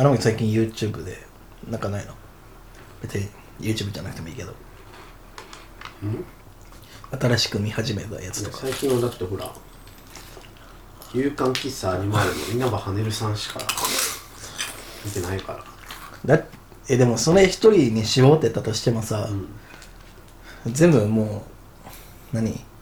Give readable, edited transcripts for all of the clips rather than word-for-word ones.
あの最近 YouTube でなんかないの？別に YouTube じゃなくてもいいけど新しく見始めたやつとか。 最近はだってほら夕刊喫茶アニマールの稲葉跳さんしか見てないからでもそれ一人に絞ってたとしてもさ、全部もう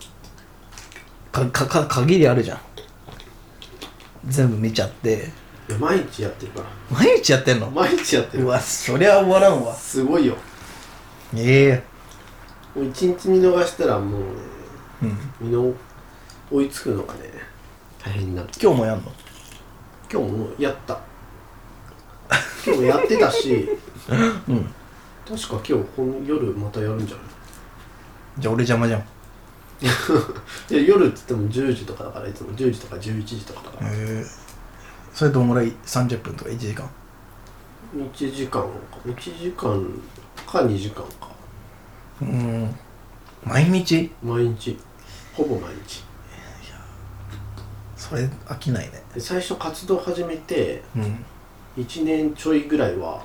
限りあるじゃん。全部見ちゃって。 いや毎日やってるから。 毎日やってんの？ 毎日やってる。 うわ、そりゃ終わらんわ。 すごいよ。 もう一日見逃したらもうね、追いつくのがね大変になる。 今日もやんの？ 今日もやった。今日もやってたし確か今日この夜またやるんじゃない？ じゃあ俺邪魔じゃん。 いや夜って言っても10時とかだから、いつも10時とか11時とかだから。 それどんぐらい？30分とか1時間 ？1時間か2時間か。 毎日ほぼ毎日。 それ飽きないね。 で最初活動始めて、1年ちょいぐらいは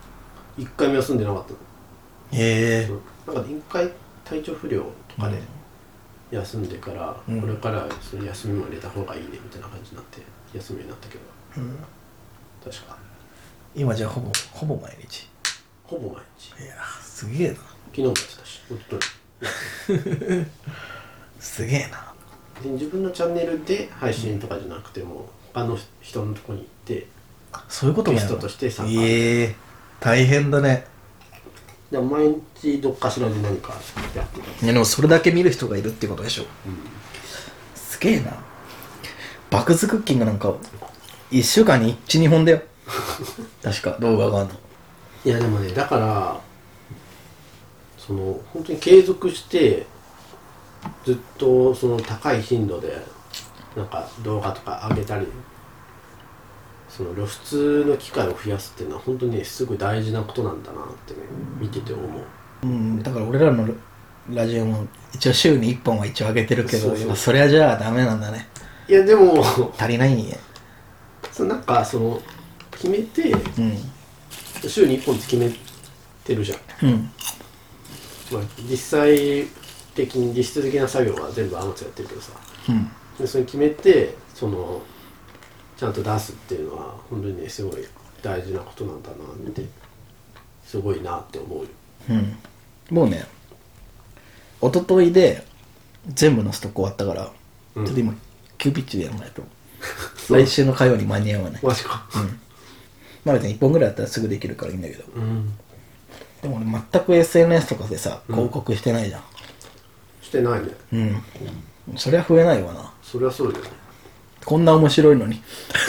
1回も休んでなかったの。なんか1回体調不良とかで休んでから、これからその休みも入れた方がいいねみたいな感じになって休みになったけど、確か今じゃあほぼ毎日。 ほぼ毎日。 いやすげえな。 昨日もやってたし、本当にすげえな。 で自分のチャンネルで配信とかじゃなくても、他の人のとこに行ってそういうこともゲストとして参加。 大変だね。 でも毎日どっかしらで何かやってる。 いやでもそれだけ見る人がいるってことでしょ。すげえな。バクズクッキングなんか1週間に 1,2 本だよ確か動画があるの。 いやでもね、だからその本当に継続してずっとその高い頻度でなんか動画とか上げたり、その露出の機会を増やすっていうのは本当にねすごい大事なことなんだなってね、見てて思う。 だから俺らのラジオも一応週に1本は一応上げてるけど、 そうそれはじゃあダメなんだね。 いやでも足りないんや。 なんかその決めて、週に1本って決めてるじゃん。まあ、実質的な作業は全部天津やってるけどさ、でそれ決めてそのちゃんと出すっていうのは本当にねすごい大事なことなんだなってすごいなって思うよ。 もうね一昨日で全部のストック終わったから、ちょっと今急ピッチでやらないと来週の火曜に間に合わない。 マジか。 まあ別に1本ぐらいだったらすぐできるからいいんだけど、でも俺全く SNS とかでさ広告してないじゃん。 してないね。 そりゃ増えないわな。 そりゃそうだよね。 こんな面白いのに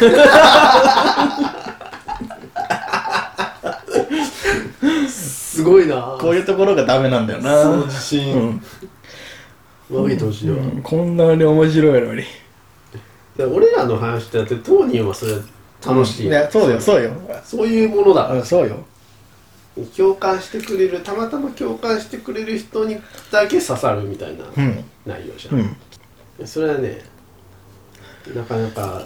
すごいな。 こういうところがダメなんだよな。 その自信分けてほしいわ。 こんなに面白いのに。 俺らの話ってだって当人はそれ楽しい。 いやそうよ。 そういうものだ。 そうよ。 共感してくれる、たまたま共感してくれる人にだけ刺さるみたいな内容じゃん。それはねなかなか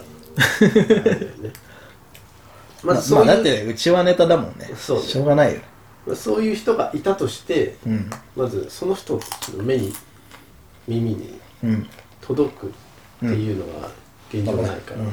まずそういう、だってうちはネタだもんね。 そうね、 しょうがないよ。 そういう人がいたとして、まずその人の目に耳に届くっていうのが現状ないから、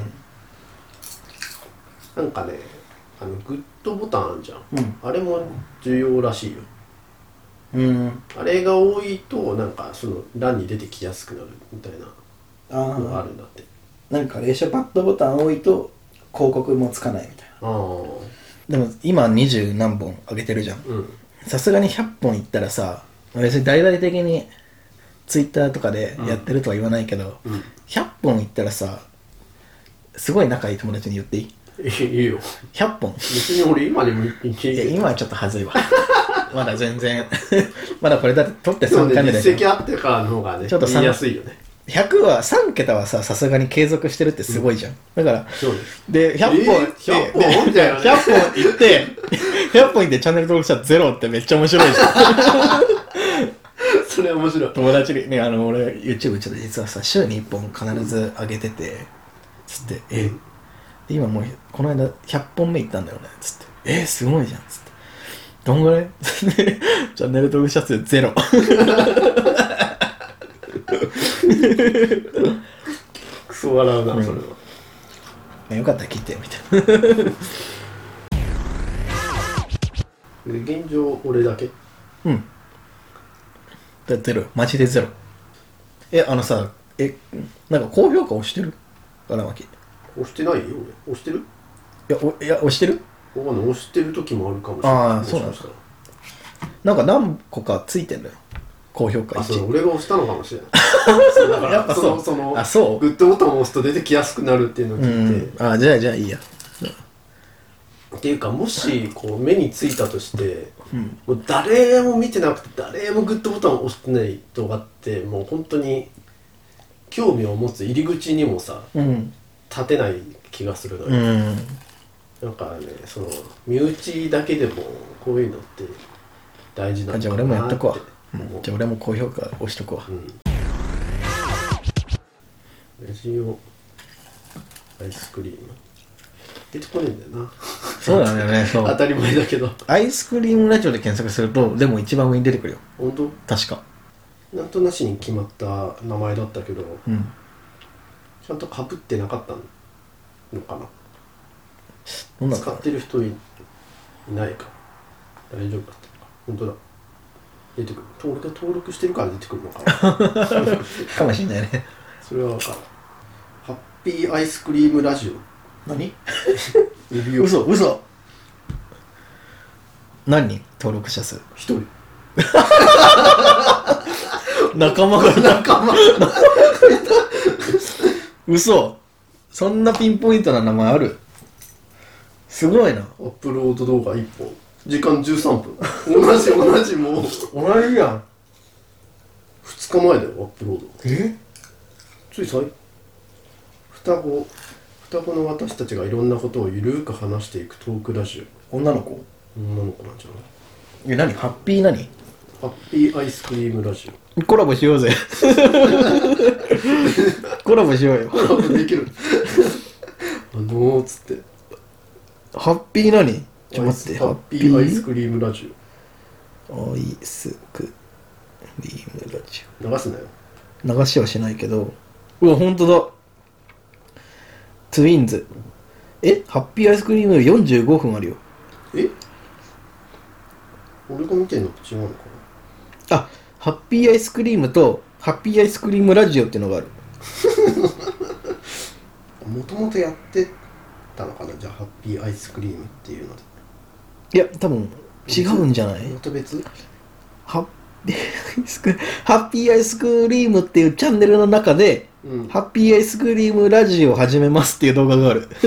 なんかねグッドボタンあるじゃん、あれも重要らしいよ。あれが多いとなんかその欄に出てきやすくなるみたいなのがあるんだって。 なんかレーションバットボタン多いと広告もつかないみたいな。でも今20何本上げてるじゃん。さすがに100本いったらさ、別に大々的にツイッターとかでやってるとは言わないけど、100本いったらさ、すごい仲いい友達に言っていい？ いいよ。 100本。 別に俺今でもいける。 今はちょっとはずいわ。まだ全然まだこれだって取って3回目でしょ。 実績あってからの方がねちょっと言いやすいよね。 100は3桁はさすがに継続してるってすごいじゃん。だからで100本 100本みたいなね。 100本いって100本いってチャンネル登録者0ってめっちゃ面白いじゃん。 それ面白い。 友達にね、俺 YouTube ちょっと実はさ週に1本必ず上げててつってで今もうここの間100本目行ったんだよねつってすごいじゃんつってどんぐらいチャンネル登録者数ゼロクソ笑うな、それは。 よかったら切ってみたいな現状俺だけ。 ゼロマジでゼロ。さなんか高評価押してる荒牧。 押してないよ俺。押してる？ いや押してる？ わかんない。押してる時もあるかもしれない。 ああそうなんだ。なんか何個かついてんだよ高評価1。 そう俺が押したのかもしれないそうだからやっぱそう。そうグッドボタンを押すと出てきやすくなるっていうのを聞いて、 じゃあいいやっていうか、もしこう目についたとして、もう誰も見てなくて誰もグッドボタンを押してない動画ってもう本当に興味を持つ入り口にもさ、立てない気がするのよ、なんかね、その身内だけでもこういうのって大事なのかなって。 じゃあ俺もやっとくわ、じゃあ俺も高評価押しとくわ、 ラジオアイスクリーム出てこねえんだよな。 そうなんだよね。そう当たり前だけどアイスクリームラジオで検索するとでも一番上に出てくるよ。 本当？ 確かなんとなしに決まった名前だったけど、ちゃんと被ってなかったのかな。使ってる人いないか。大丈夫だったのか。本当だ、出てくる。俺が登録してるから出てくるのかなかもしれないね。 それは分かる。ハッピーアイスクリームラジオ。 何嘘。 何人登録者数？1 人仲間嘘。そんなピンポイントな名前ある？すごいな。 アップロード動画1本時間13分同じもう同じやん。 2日前だよアップロード。つい双子の私たちがいろんなことをゆるーく話していくトークラジオ。女の子なんじゃない？ 何？ハッピー何？ ハッピーアイスクリームラジオ。コラボしようぜコラボしようよ。 コラボできるつってハッピー何？ちょっと待って。 ハッピーアイスクリームラジオ。アイスクリームラジオ流すなよ。 流しはしないけど。うわほんとだ。ツインズ。ハッピーアイスクリーム45分あるよ。 俺が見てんのと違うのかな。あ、ハッピーアイスクリームとハッピーアイスクリームラジオっていうのがある。 もともとやってたのかな。じゃあハッピーアイスクリームっていうので。 いや多分違うんじゃない？ また別？ ハッピーアイスクリームっていうチャンネルの中で、ハッピーアイスクリームラジオを始めますっていう動画がある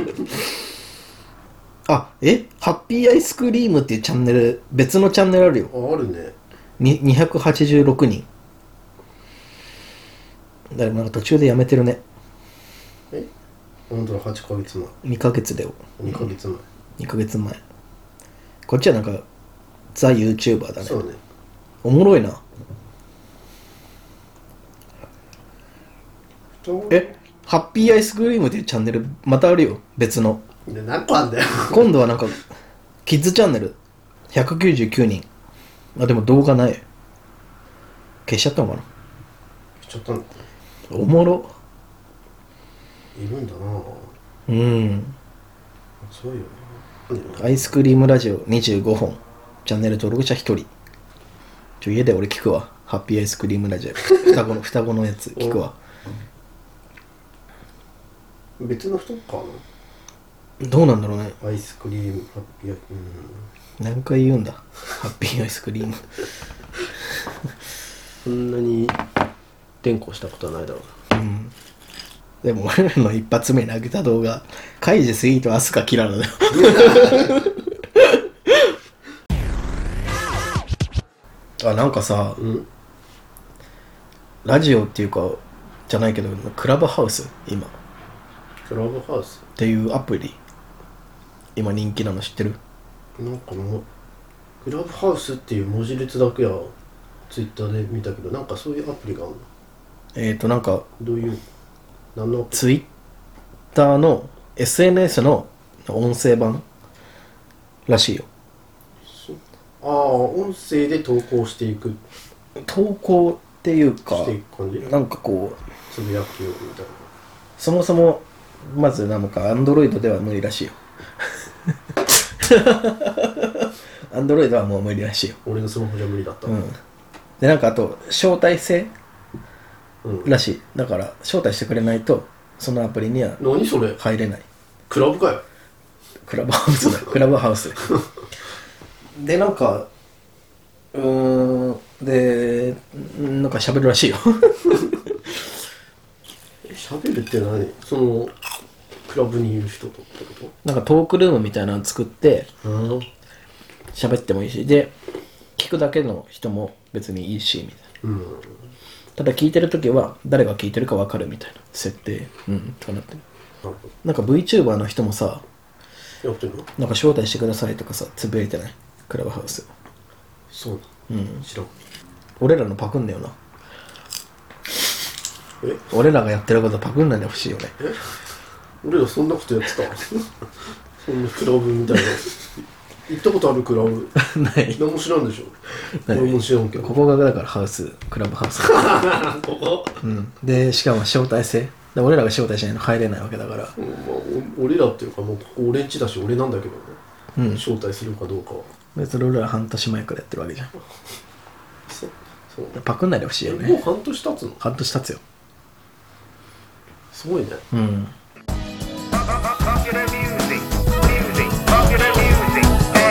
ハッピーアイスクリームっていうチャンネル、別のチャンネルあるよ。 あるね。 286人。誰もなんか途中でやめてるね。 本当だ、8ヶ月前。 2ヶ月だよ。 2ヶ月前。 2ヶ月前。こっちはなんかザ YouTuber だね。 そうね。 おもろいな。ハッピーアイスクリームっていうチャンネルまたあるよ、別の。 何個あんだよ今度はなんかキッズチャンネル199人。でも動画ない。消しちゃったのかな。 消しちゃったのかな。 おもろ。 いるんだな。そうよな。アイスクリームラジオ25本。チャンネル登録者1人。家で俺聞くわ。ハッピーアイスクリームラジオ双子のやつ聞くわ。 別の人かな。どうなんだろうね。 アイスクリームハッピーアイ何回言うんだハッピーアイスクリームそんなに転校したことはないだろう。でも俺らの一発目に上げた動画カイジスイートアスカキララだよなんかさ、ラジオっていうかじゃないけどクラブハウス今クラブハウスっていうアプリ今人気なの知ってる？ なんかクラブハウスっていう文字列だけはツイッターで見たけど、なんかそういうアプリがあるの？ なんかどういう何のアプリ？ ツイッターの SNS の音声版らしいよ。 ああ、音声で投稿していく。 投稿っていうか、 していく感じ。 なんかこうつぶやきをみたいな。 そもそもまずなんか Android では無理らしいよ。Android はもう無理らしいよ。 俺のスマホじゃ無理だった。 でなんかあと招待制らしい。だから招待してくれないとそのアプリには何それ入れない。 クラブかよ。 クラブハウスだ。クラブハウスでなんかでなんか喋るらしいよ。 喋るって何？そのクラブにいる人とってこと？ なんかトークルームみたいなの作って喋ってもいいし、で聞くだけの人も別にいいしみたいな。ただ聞いてるときは誰が聞いてるか分かるみたいな設定とかなってる。なんか VTuber の人もさ、 やってるの？ なんか招待してくださいとかさつぶやいてない？クラブハウス。 そうだ。知らん。 俺らのパクんだよな。 え？ 俺らがやってることパクんないでほしいよね。 俺らそんなことやってた？そんなクラブみたいな。行ったことあるクラブ？ ない。 何も知らんでしょ。俺も知らんけど。 ここがだからハウス、クラブハウス。 ここ？ でしかも招待制で俺らが招待しないの入れないわけだから、 まあ、俺らっていうかもうここ俺んちだし俺なんだけどね、招待するかどうかは別に俺ら半年前からやってるわけじゃん。 そうパクんないでほしいよね。 もう半年経つの？ 半年経つよ。 すごいね。